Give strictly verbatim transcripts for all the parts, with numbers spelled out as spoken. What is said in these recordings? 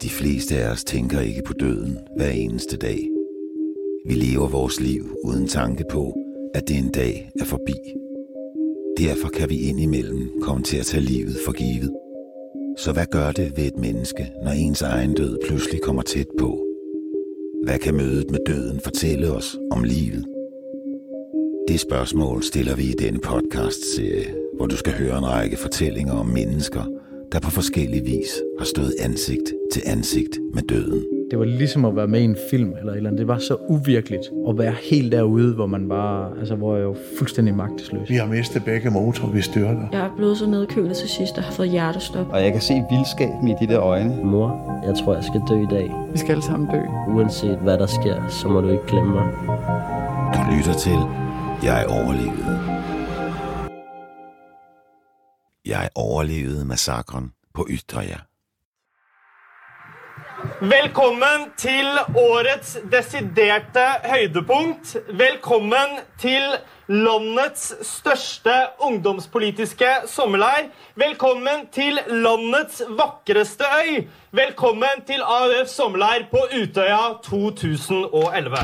de fleste af os tænker ikke på døden hver eneste dag. Vi lever vores liv uden tanke på, at det en dag er forbi. Derfor kan vi indimellem komme til at tage livet for givet. Så hvad gør det ved et menneske, når ens egen død pludselig kommer tæt på? Hvad kan mødet med døden fortælle os om livet? Det spørgsmål stiller vi i denne podcast-serie, hvor du skal høre en række fortællinger om mennesker, der på forskellig vis har stået ansigt til ansigt med døden. Det var ligesom at være med i en film eller et eller andet. Det var så uvirkeligt at være helt derude, hvor man var, altså hvor jeg var fuldstændig magtesløs. Vi har mistet begge motorer, vi styrter. Jeg er blevet så nedkølet til sidst og har fået hjertestop. Og jeg kan se vildskaben i de der øjne. Mor, jeg tror, jeg skal dø i dag. Vi skal alle sammen dø. Uanset hvad der sker, så må du ikke glemme mig. Du lytter til Jeg overlevede. Jeg overlevede massakren på Utøya. Velkommen til årets desiderte høydepunkt. Velkommen til landets største ungdomspolitiske sommerlejr. Velkommen til landets vakreste øy. Velkommen til A U F sommerlejr på Utøya to tusind og elleve.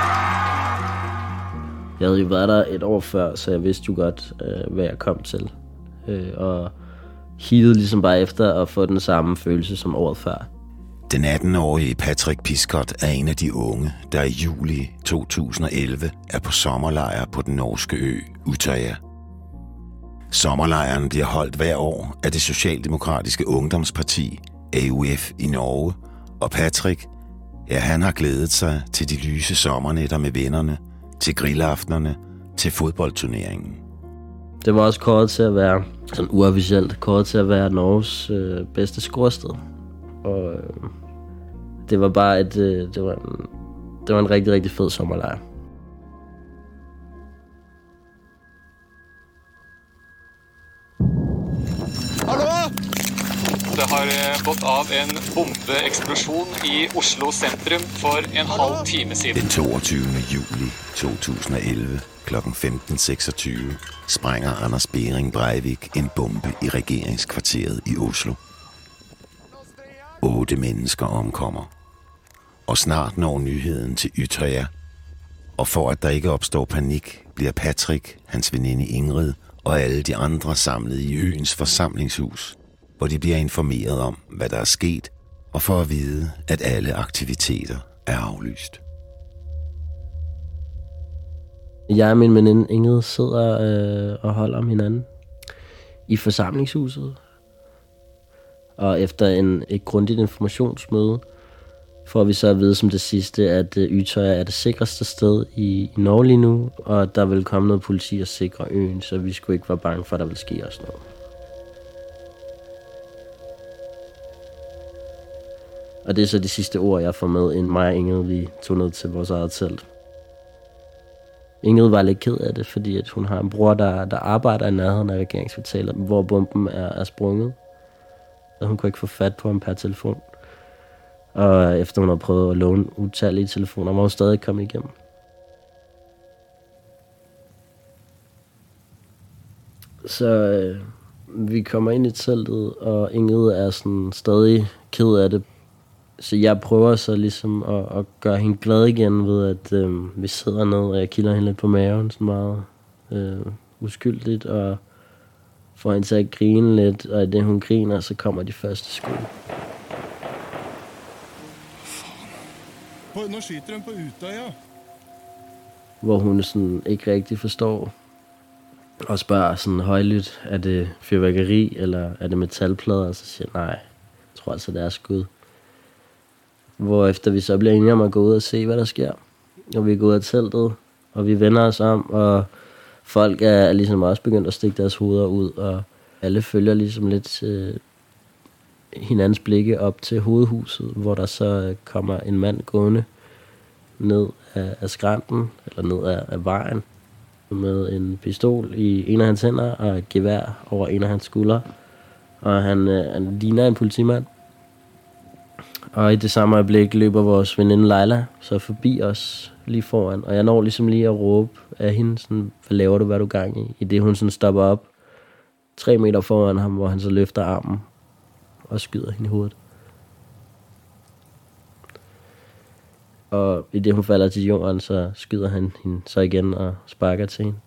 Jeg havde jo været der et år før, så jeg vidste jo godt, øh, hvad jeg kom til. Øh, og hittede ligesom bare efter at få den samme følelse som året før. Den atten-årige Patrick Piscott er en af de unge, der i juli to tusind og elleve er på sommerlejr på den norske ø Utøya. Sommerlejren bliver holdt hver år af det socialdemokratiske ungdomsparti A U F i Norge, og Patrick, ja, han har glædet sig til de lyse sommernætter med vennerne, til grillaftenerne, til fodboldturneringen. Det var også kåret til at være, sådan uofficielt, kåret til at være Norges øh, bedste scorested. Og øh, det var bare et, øh, det var en, det var en rigtig, rigtig fed sommerlejr. Hallo? Det har gått av en bombeeksplosjon i Oslo sentrum for en halv time siden. Den toogtyvende juli to tusind og elleve klokken femten seksogtyve sprænger Anders Behring Breivik en bombe i regeringskvarteret i Oslo. Otte mennesker omkommer. Og snart når nyheden til Utøya. Og for at der ikke opstår panik, bliver Patrick, hans veninde Ingrid og alle de andre samlet i øens forsamlingshus, hvor de bliver informeret om, hvad der er sket, og for at vide, at alle aktiviteter er aflyst. Jeg og min veninde Ingrid sidder øh, og holder om hinanden i forsamlingshuset. Og efter en, et grundigt informationsmøde får vi så at vide som det sidste, at Utøya er det sikreste sted i, i Norge lige nu, og at der vil komme noget politi og sikre øen, så vi skulle ikke være bange for, at der vil ske os noget. Og det er så de sidste ord, jeg får med, inden mig og Ingrid, vi tog ned til vores eget telt. Ingrid var lidt ked af det, fordi at hun har en bror, der, der arbejder i nærheden af regeringskvartalet, hvor bomben er, er sprunget. Og hun kunne ikke få fat på ham per telefon. Og efter hun havde prøvet at låne utallige telefoner, var hun stadig kommet igennem. Så øh, vi kommer ind i teltet, og Ingrid er sådan stadig ked af det. Så jeg prøver så ligesom at, at gøre hende glad igen ved, at øh, vi sidder ned, og jeg kilder hende lidt på maven, sådan meget øh, uskyldigt, og får hende til at grine lidt, og i det hun griner, så kommer de første skud. Faen. Nu skyter den på Utøya. Hvor hun sådan ikke rigtig forstår, og spørger sådan højlydt, er det fyrværkeri, eller er det metalplader? Og så siger jeg, nej, jeg tror altså, det er skud. Hvorefter vi så bliver enige om at gå ud og se, hvad der sker. Og vi går ud af teltet, og vi vender os om, og folk er ligesom også begyndt at stikke deres hoveder ud, og alle følger ligesom lidt øh, hinandens blikke op til hovedhuset, hvor der så kommer en mand gående ned af, af skrænten, eller ned af, af vejen, med en pistol i en af hans hænder, og et gevær over en af hans skuldre. Og han, øh, han ligner en politimand. Og i det samme øjeblik løber vores veninde Leila så forbi os lige foran. Og jeg når ligesom lige at råbe af hende, sådan, hvad laver du, hvad er du gang i? I det hun sådan stopper op tre meter foran ham, hvor han så løfter armen og skyder hende i hovedet. Og i det hun falder til jorden, så skyder han hende så igen og sparker til hende.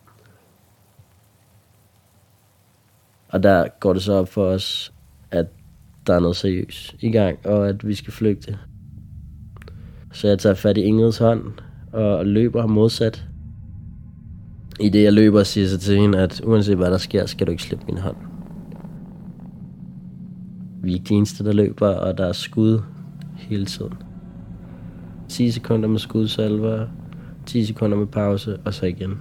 Og der går det så op for os, at der er noget seriøst i gang, og at vi skal flygte. Så jeg tager fat i Ingrids hånd og løber ham modsat. I det jeg løber, siger så til hende, at uanset hvad der sker, skal du ikke slippe min hånd. Vi er ikke de eneste, der løber, og der er skud hele tiden. ti sekunder med skudsalver, ti sekunder med pause, og så igen.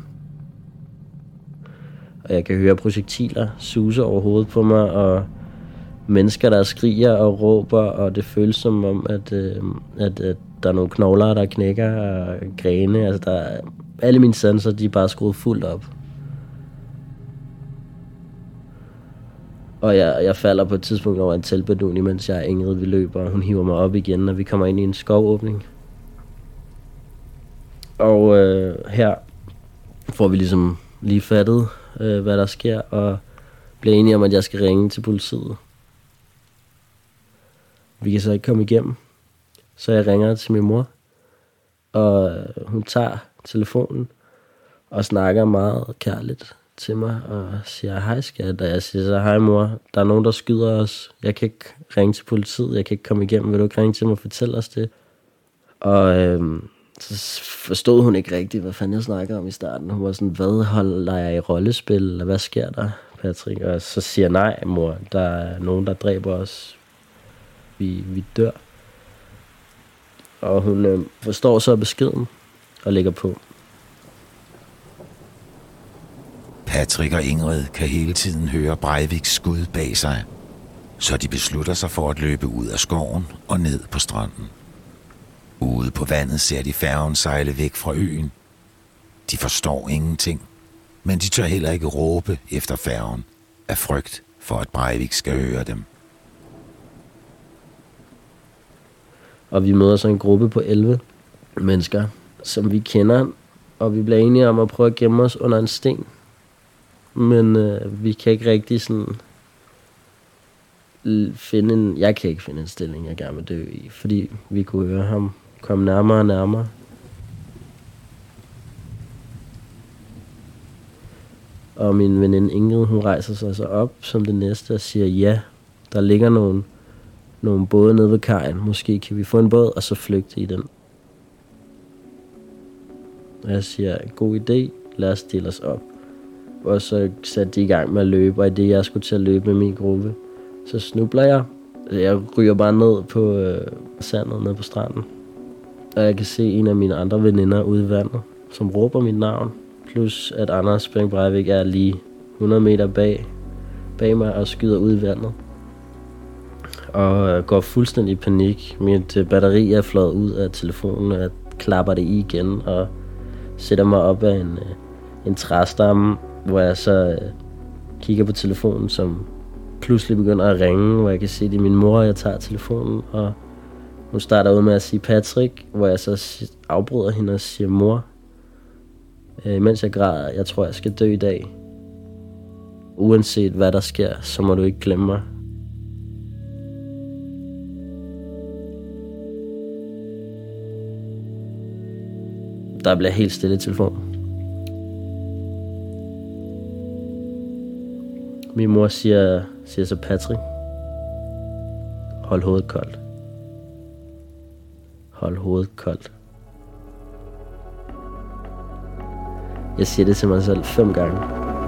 Og jeg kan høre projektiler suse over hovedet på mig, og mennesker, der skriger og råber, og det føles som om, at, øh, at, at der er nogle knogler, der knækker, og grene. Altså, der er, alle mine sanser, de er bare skruet fuldt op. Og jeg, jeg falder på et tidspunkt over en teltbedun, mens jeg og Ingrid, vi løber, og hun hiver mig op igen, og vi kommer ind i en skovåbning. Og øh, her får vi ligesom lige fattet, øh, hvad der sker, og bliver enige om, at jeg skal ringe til politiet. Vi kan så ikke komme igennem, så jeg ringer til min mor, og hun tager telefonen og snakker meget kærligt til mig og siger, hej skat, og jeg siger så, hej mor, der er nogen, der skyder os, jeg kan ikke ringe til politiet, jeg kan ikke komme igennem, vil du ikke ringe til mig og fortælle os det? Og øhm, så forstod hun ikke rigtigt, hvad fanden jeg snakker om i starten. Hun var sådan, hvad holder jeg i rollespil, eller hvad sker der, Patrick? Og så siger jeg, nej mor, der er nogen, der dræber os, vi, vi dør. Og hun øh, forstår så beskeden og lægger på. Patrick og Ingrid kan hele tiden høre Breiviks skud bag sig, så de beslutter sig for at løbe ud af skoven og ned på stranden. Ude på vandet ser de færgen sejle væk fra øen. De forstår ingenting, men de tør heller ikke råbe efter færgen af frygt for, at Breivik skal høre dem. Og vi møder så en gruppe på elleve mennesker, som vi kender, og vi bliver enige om at prøve at gemme os under en sten. Men øh, vi kan ikke rigtig sådan finde en, jeg kan ikke finde en stilling, jeg gerne vil dø i, fordi vi kunne høre ham komme nærmere og nærmere. Og min veninde Ingrid, hun rejser sig så op som det næste og siger, ja, der ligger nogle, nogle både nede ved kajen, måske kan vi få en båd og så flygte i den. Og jeg siger, god idé, lad os stille os op. Og så satte de i gang med at løbe, og i det jeg skulle til at løbe med min gruppe, så snubler jeg. Jeg ryger bare ned på øh, sandet nede på stranden. Og jeg kan se en af mine andre veninder ude i vandet, som råber mit navn. Plus at Anders Bering Breivik er lige hundrede meter bag, bag mig og skyder ud i vandet. Og øh, går fuldstændig i panik. Mit øh, batteri er fløjet ud af telefonen, og jeg klapper det i igen og sætter mig op af en, øh, en træstamme, hvor jeg så øh, kigger på telefonen, som pludselig begynder at ringe, hvor jeg kan se, det er min mor, og jeg tager telefonen, og hun starter ud med at sige Patrick, hvor jeg så afbryder hende og siger, mor, øh, mens jeg græder, jeg tror, jeg skal dø i dag. Uanset hvad der sker, så må du ikke glemme mig. Der bliver helt stille i telefonen. Min mor siger, siger så, Patrick, hold hovedet koldt. Hold hovedet koldt. Jeg siger det til mig selv fem gange.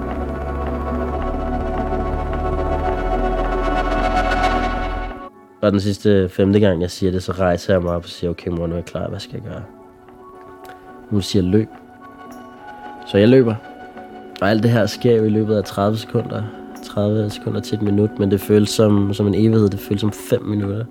Og den sidste femte gang, jeg siger det, så rejser jeg mig op og siger, okay mor, nu er jeg klar, hvad skal jeg gøre? Hun siger, løb. Så jeg løber. Og alt det her sker jo i løbet af tredive sekunder. tredive sekunder til et minut, men det føles som, som en evighed. Det føles som fem minutter.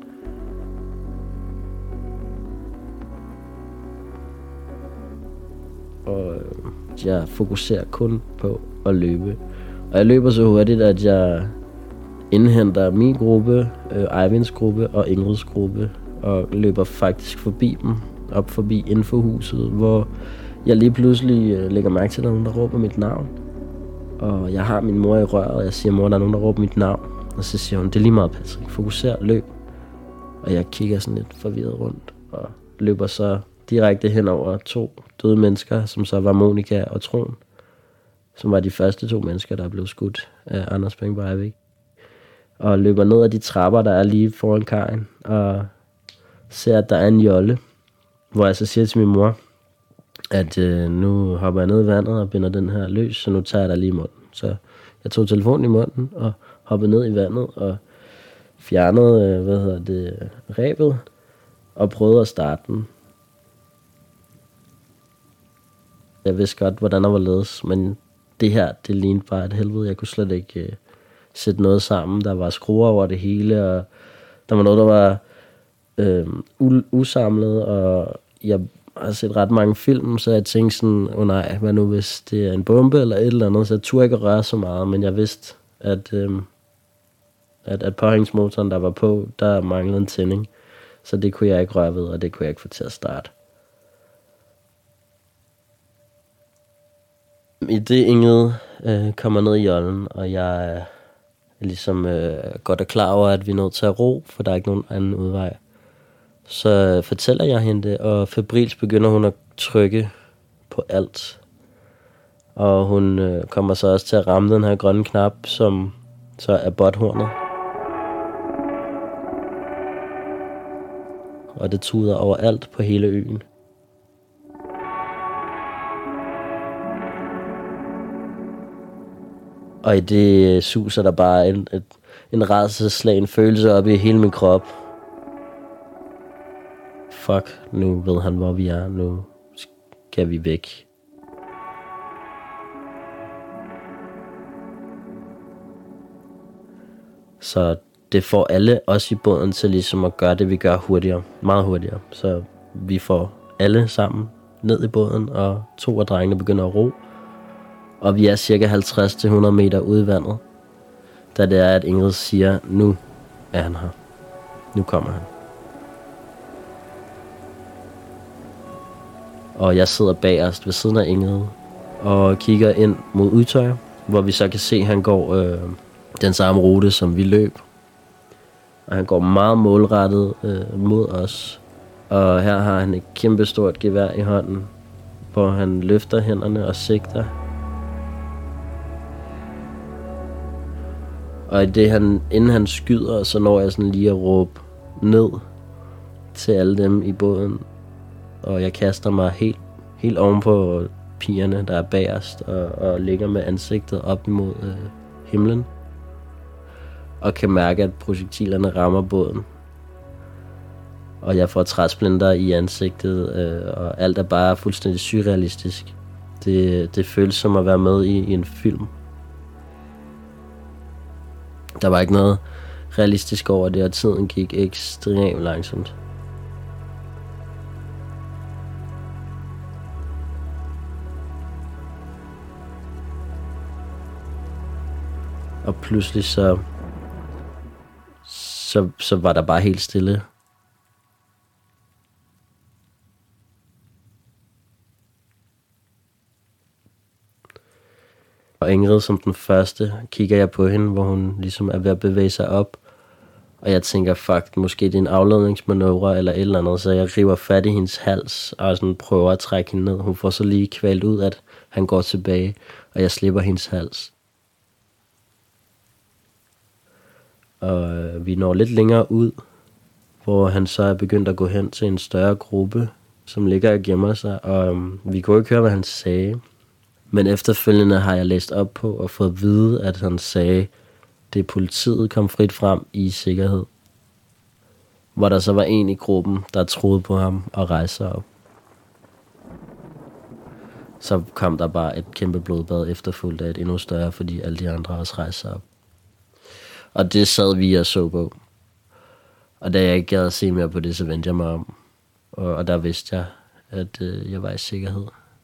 Og jeg fokuserer kun på at løbe. Og jeg løber så hurtigt, at jeg indhenter min gruppe, øh, Eivinds gruppe og Ingrids gruppe, og løber faktisk forbi dem, op forbi infohuset, hvor jeg lige pludselig øh, lægger mærke til, at der er nogen, der råber mit navn. Og jeg har min mor i røret, og jeg siger, mor, der er nogen, der råber mit navn. Og så siger hun, det er lige meget, Patrick, fokuser, løb. Og jeg kigger sådan lidt forvirret rundt, og løber så direkte hen over to døde mennesker, som så var Monika og Tron, som var de første to mennesker, der blev skudt af Anders Behring Breivik. Og løber ned ad de trapper, der er lige foran kajen, og ser, at der er en jolle, hvor jeg så siger til min mor, at øh, nu hopper jeg ned i vandet og binder den her løs, så nu tager jeg dig lige i munden. Så jeg tog telefonen i munden og hoppede ned i vandet og fjernede, øh, hvad hedder det, rebet, og prøvede at starte den. Jeg vidste godt, hvordan der var ledes, men det her, det lignede bare et helvede. Jeg kunne slet ikke øh, sætte noget sammen. Der var skruer over det hele, og der var noget, der var øh, usamlet, og jeg har set ret mange film, så jeg tænkte sådan, åh oh nej, hvad nu hvis det er en bombe eller et eller andet, så jeg turde ikke røre så meget, men jeg vidste, at, øh, at, at påhængsmotoren, der var på, der manglede en tænding, så det kunne jeg ikke røre ved, og det kunne jeg ikke få til at starte. I det Ingrid øh, kommer ned i jollen, og jeg er ligesom øh, godt er klar over, at vi er nødt til at ro, for der er ikke nogen anden udvej. Så fortæller jeg hende det, og febrilsk begynder hun at trykke på alt. Og hun øh, kommer så også til at ramme den her grønne knap, som så er botthornet. Og det tuder overalt på hele øen. Og i det suser der bare en, et, en rædselsslagen følelse op i hele min krop. Fuck, nu ved han, hvor vi er. Nu skal vi væk. Så det får alle os i båden til ligesom at gøre det, vi gør hurtigere. Meget hurtigere. Så vi får alle sammen ned i båden, og to af drengene begynder at ro. Og vi er cirka halvtreds til hundrede meter ude i vandet, da det er, at Ingrid siger, nu er han her. Nu kommer han. Og jeg sidder bagerst ved siden af Ingrid og kigger ind mod Udtøj, hvor vi så kan se, at han går øh, den samme rute, som vi løb. Og han går meget målrettet øh, mod os. Og her har han et kæmpe stort gevær i hånden, hvor han løfter hænderne og sigter. Og i det han, inden han skyder, så når jeg sådan lige at råbe ned til alle dem i båden. Og jeg kaster mig helt, helt oven på pigerne, der er bagerst, og, og ligger med ansigtet op imod øh, himlen. Og kan mærke, at projektilerne rammer båden. Og jeg får træsplinter i ansigtet, øh, og alt er bare fuldstændig surrealistisk. Det, det føles som at være med i, i en film. Der var ikke noget realistisk over det, og tiden gik ekstremt langsomt. Og pludselig så, så, så var der bare helt stille. Og Ingrid som den første, kigger jeg på hende, hvor hun ligesom er ved at bevæge sig op. Og jeg tænker, fuck, måske det er en afledningsmanøvre eller et eller andet, så jeg river fat i hendes hals og sådan prøver at trække hende ned. Hun får så lige kvalt ud, at han går tilbage, og jeg slipper hendes hals. Og øh, vi når lidt længere ud, hvor han så er begyndt at gå hen til en større gruppe, som ligger og gemmer sig, og øh, vi kunne ikke høre, hvad han sagde. Men efterfølgende har jeg læst op på og fået at vide, at han sagde, det politiet kom frit frem i sikkerhed. Hvor der så var en i gruppen, der troede på ham og rejste sig op. Så kom der bare et kæmpe blodbad efterfulgt af et endnu større, fordi alle de andre også rejste sig op. Og det sad vi og så på. Og da jeg ikke gad at se mere på det, så vendte jeg mig om. Og, og der vidste jeg, at øh, jeg var i sikkerhed.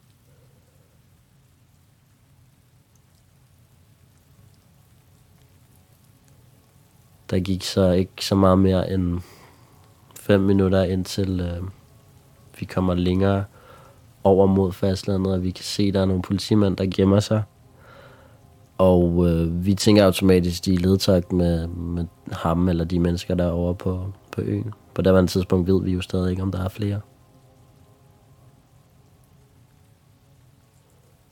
Der gik så ikke så meget mere end fem minutter indtil øh, vi kommer længere over mod fastlandet, og vi kan se, at der er nogle politimænd, der gemmer sig. Og øh, vi tænker automatisk, de er ledtagt med, med ham eller de mennesker, der er over på, på øen. På det tidspunkt ved vi jo stadig ikke, om der er flere.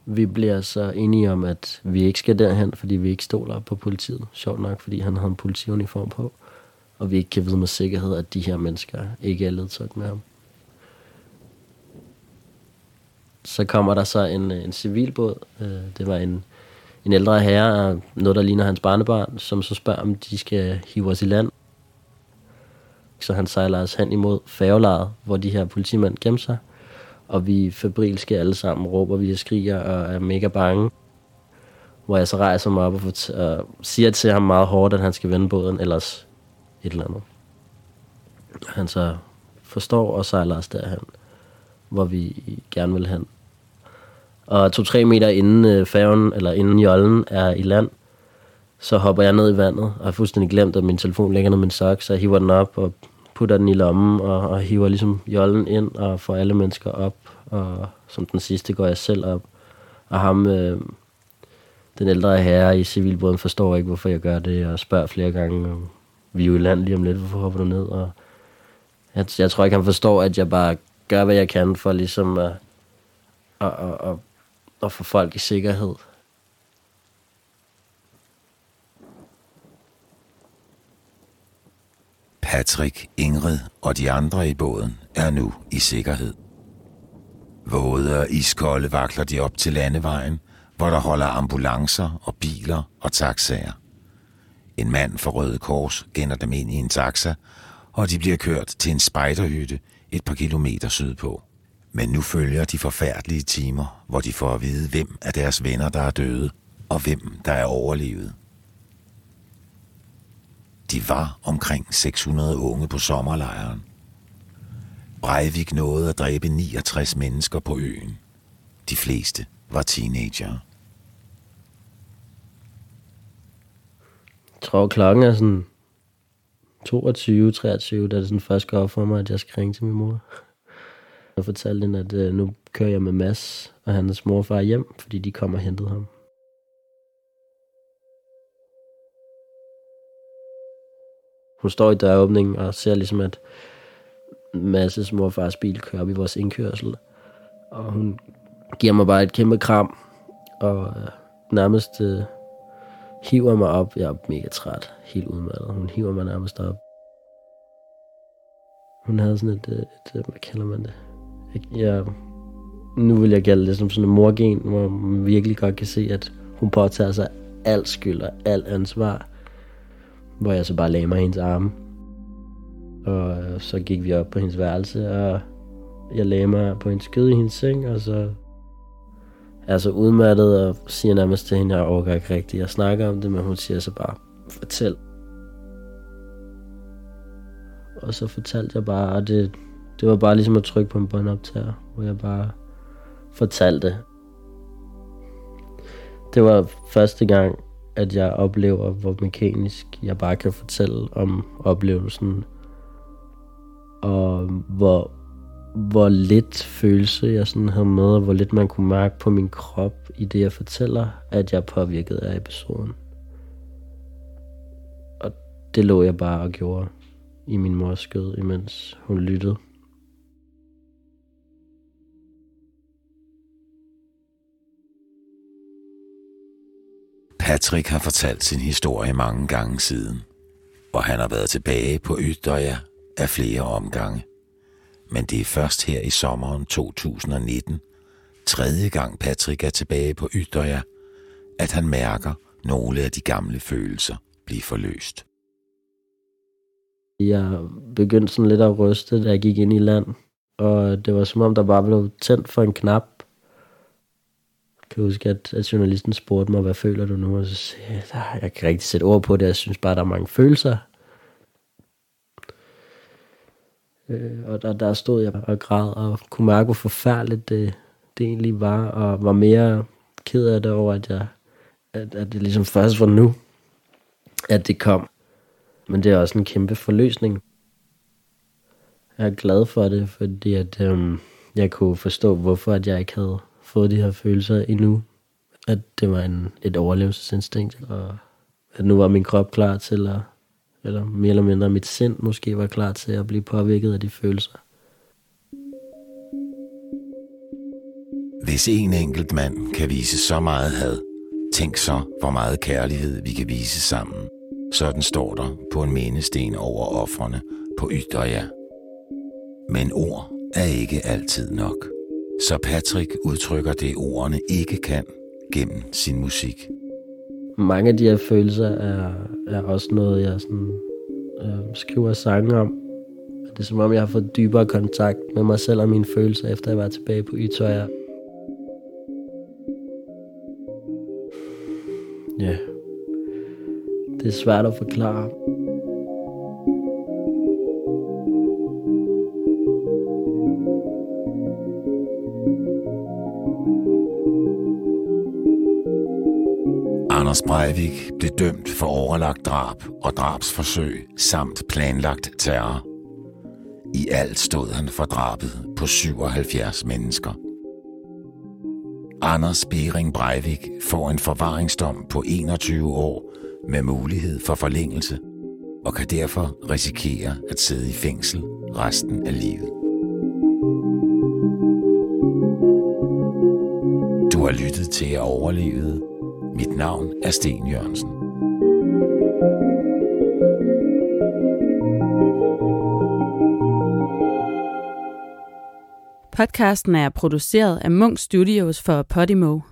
Vi bliver så enige om, at vi ikke skal derhen, fordi vi ikke stoler på politiet. Sjovt nok, fordi han havde en politiuniform på. Og vi ikke kan vide med sikkerhed, at de her mennesker ikke er ledsaget med ham. Så kommer der så en, en civilbåd. Det var en, en ældre herre, noget der ligner hans barnebarn, som så spørger, om de skal hive os i land. Så han sejler os hen imod færgelejet, hvor de her politimænd gemmer sig. Og vi febrilske alle sammen råber, vi skriger og er mega bange. Hvor jeg så rejser mig op og, fort- og siger til ham meget hårdt, at han skal vende båden, ellers et eller andet. Han så forstår og sejler os derhen, hvor vi gerne vil hen. Og to-tre meter inden færgen, eller inden jollen er i land, så hopper jeg ned i vandet, og har fuldstændig glemt, at min telefon ligger ned i min sok, så jeg hiver den op og putter den i lommen, og, og hiver ligesom jollen ind, og får alle mennesker op, og som den sidste går jeg selv op. Og ham, øh, den ældre herre i civilbåden, forstår ikke, hvorfor jeg gør det, og spørger flere gange, og vi er jo i land lige om lidt, hvorfor hopper du ned? Og jeg, jeg tror ikke, han forstår, at jeg bare gør, hvad jeg kan, for ligesom at, at, at, at, at få folk i sikkerhed. Patrick, Ingrid og de andre i båden er nu i sikkerhed. Våde og iskolde vakler de op til landevejen, hvor der holder ambulancer og biler og taxaer. En mand fra Røde Kors gænder dem ind i en taxa, og de bliver kørt til en spejderhytte et par kilometer sydpå. Men nu følger de forfærdelige timer, hvor de får at vide, hvem af deres venner, der er døde, og hvem, der er overlevet. De var omkring seks hundrede unge på sommerlejren. Breivik nåede at dræbe niogtres mennesker på øen. De fleste var teenagere. Jeg tror, klokken er sådan toogtyve treogtyve, da det sådan først går op for mig, at jeg skal ringe til min mor. Jeg fortalte hende, at øh, nu kører jeg med Mads og hans mor og far hjem, fordi de kommer og hentede ham. Hun står i døråbningen og ser ligesom, at Mads' mor og fars bil kører op i vores indkørsel. Og hun giver mig bare et kæmpe kram, og øh, nærmest øh, hiver mig op. Jeg er mega træt, helt udmattet. Hun hiver mig nærmest op. Hun havde sådan et, et, et hvad kalder man det? Jeg, nu vil jeg kalde det som sådan en morgen, hvor man virkelig godt kan se, at hun påtager sig alt skyld og alt ansvar. Hvor jeg så bare lagde mig i hendes arme. Og så gik vi op på hendes værelse, og jeg lagde mig på hendes skød i hendes seng, og så er jeg så udmattet og siger nærmest til hende, jeg overgår ikke rigtigt. Jeg snakker om det, men hun siger så bare, fortæl. Og så fortalte jeg bare, og det, det var bare ligesom at trykke på en båndoptager, hvor jeg bare fortalte. Det var første gang, at jeg oplever, hvor mekanisk jeg bare kan fortælle om oplevelsen. Og hvor, hvor lidt følelse jeg sådan havde med, og hvor lidt man kunne mærke på min krop, i det jeg fortæller, at jeg er påvirket af episoden. Og det lå jeg bare og gjorde i min mors skød, imens hun lyttede. Patrick har fortalt sin historie mange gange siden, og han har været tilbage på Utøya af flere omgange. Men det er først her i sommeren to tusind og nitten, tredje gang Patrick er tilbage på Utøya, at han mærker nogle af de gamle følelser blive forløst. Jeg begyndte sådan lidt at ryste, da jeg gik ind i land, og det var som om, der bare blev tændt for en knap. Jeg kan huske, at, at journalisten spurgte mig, hvad føler du nu? Og så sagde jeg, jeg kan ikke rigtig sætte ord på det, jeg synes bare, der er mange følelser. Øh, og der, der stod jeg og græd, og kunne mærke, hvor forfærdeligt det, det egentlig var, og var mere ked af det over, at, jeg, at, at det ligesom først var nu, at det kom. Men det er også en kæmpe forløsning. Jeg er glad for det, fordi at, øhm, jeg kunne forstå, hvorfor at jeg ikke havde fået de her følelser endnu. At det var en, et overlevelsesinstinkt, og at nu var min krop klar til at, eller mere eller mindre mit sind måske var klar til at blive påvirket af de følelser. Hvis en enkelt mand kan vise så meget had, tænk så, hvor meget kærlighed vi kan vise sammen. Sådan står der på en mindesten over ofrene på Utøya. Men ord er ikke altid nok. Så Patrick udtrykker det, ordene ikke kan, gennem sin musik. Mange af de her følelser er, er også noget, jeg sådan, øh, skriver sange om. Det er som om, jeg har fået dybere kontakt med mig selv og mine følelser, efter jeg var tilbage på Utøya. Ja, det er svært at forklare. Anders Breivik blev dømt for overlagt drab og drabsforsøg samt planlagt terror. I alt stod han for drabet på syvoghalvfjerds mennesker. Anders Behring Breivik får en forvaringsdom på enogtyve år med mulighed for forlængelse og kan derfor risikere at sidde i fængsel resten af livet. Du har lyttet til at overleve. Mit navn er Sten Jørgensen. Podcasten er produceret af Munk Studios for Podimo.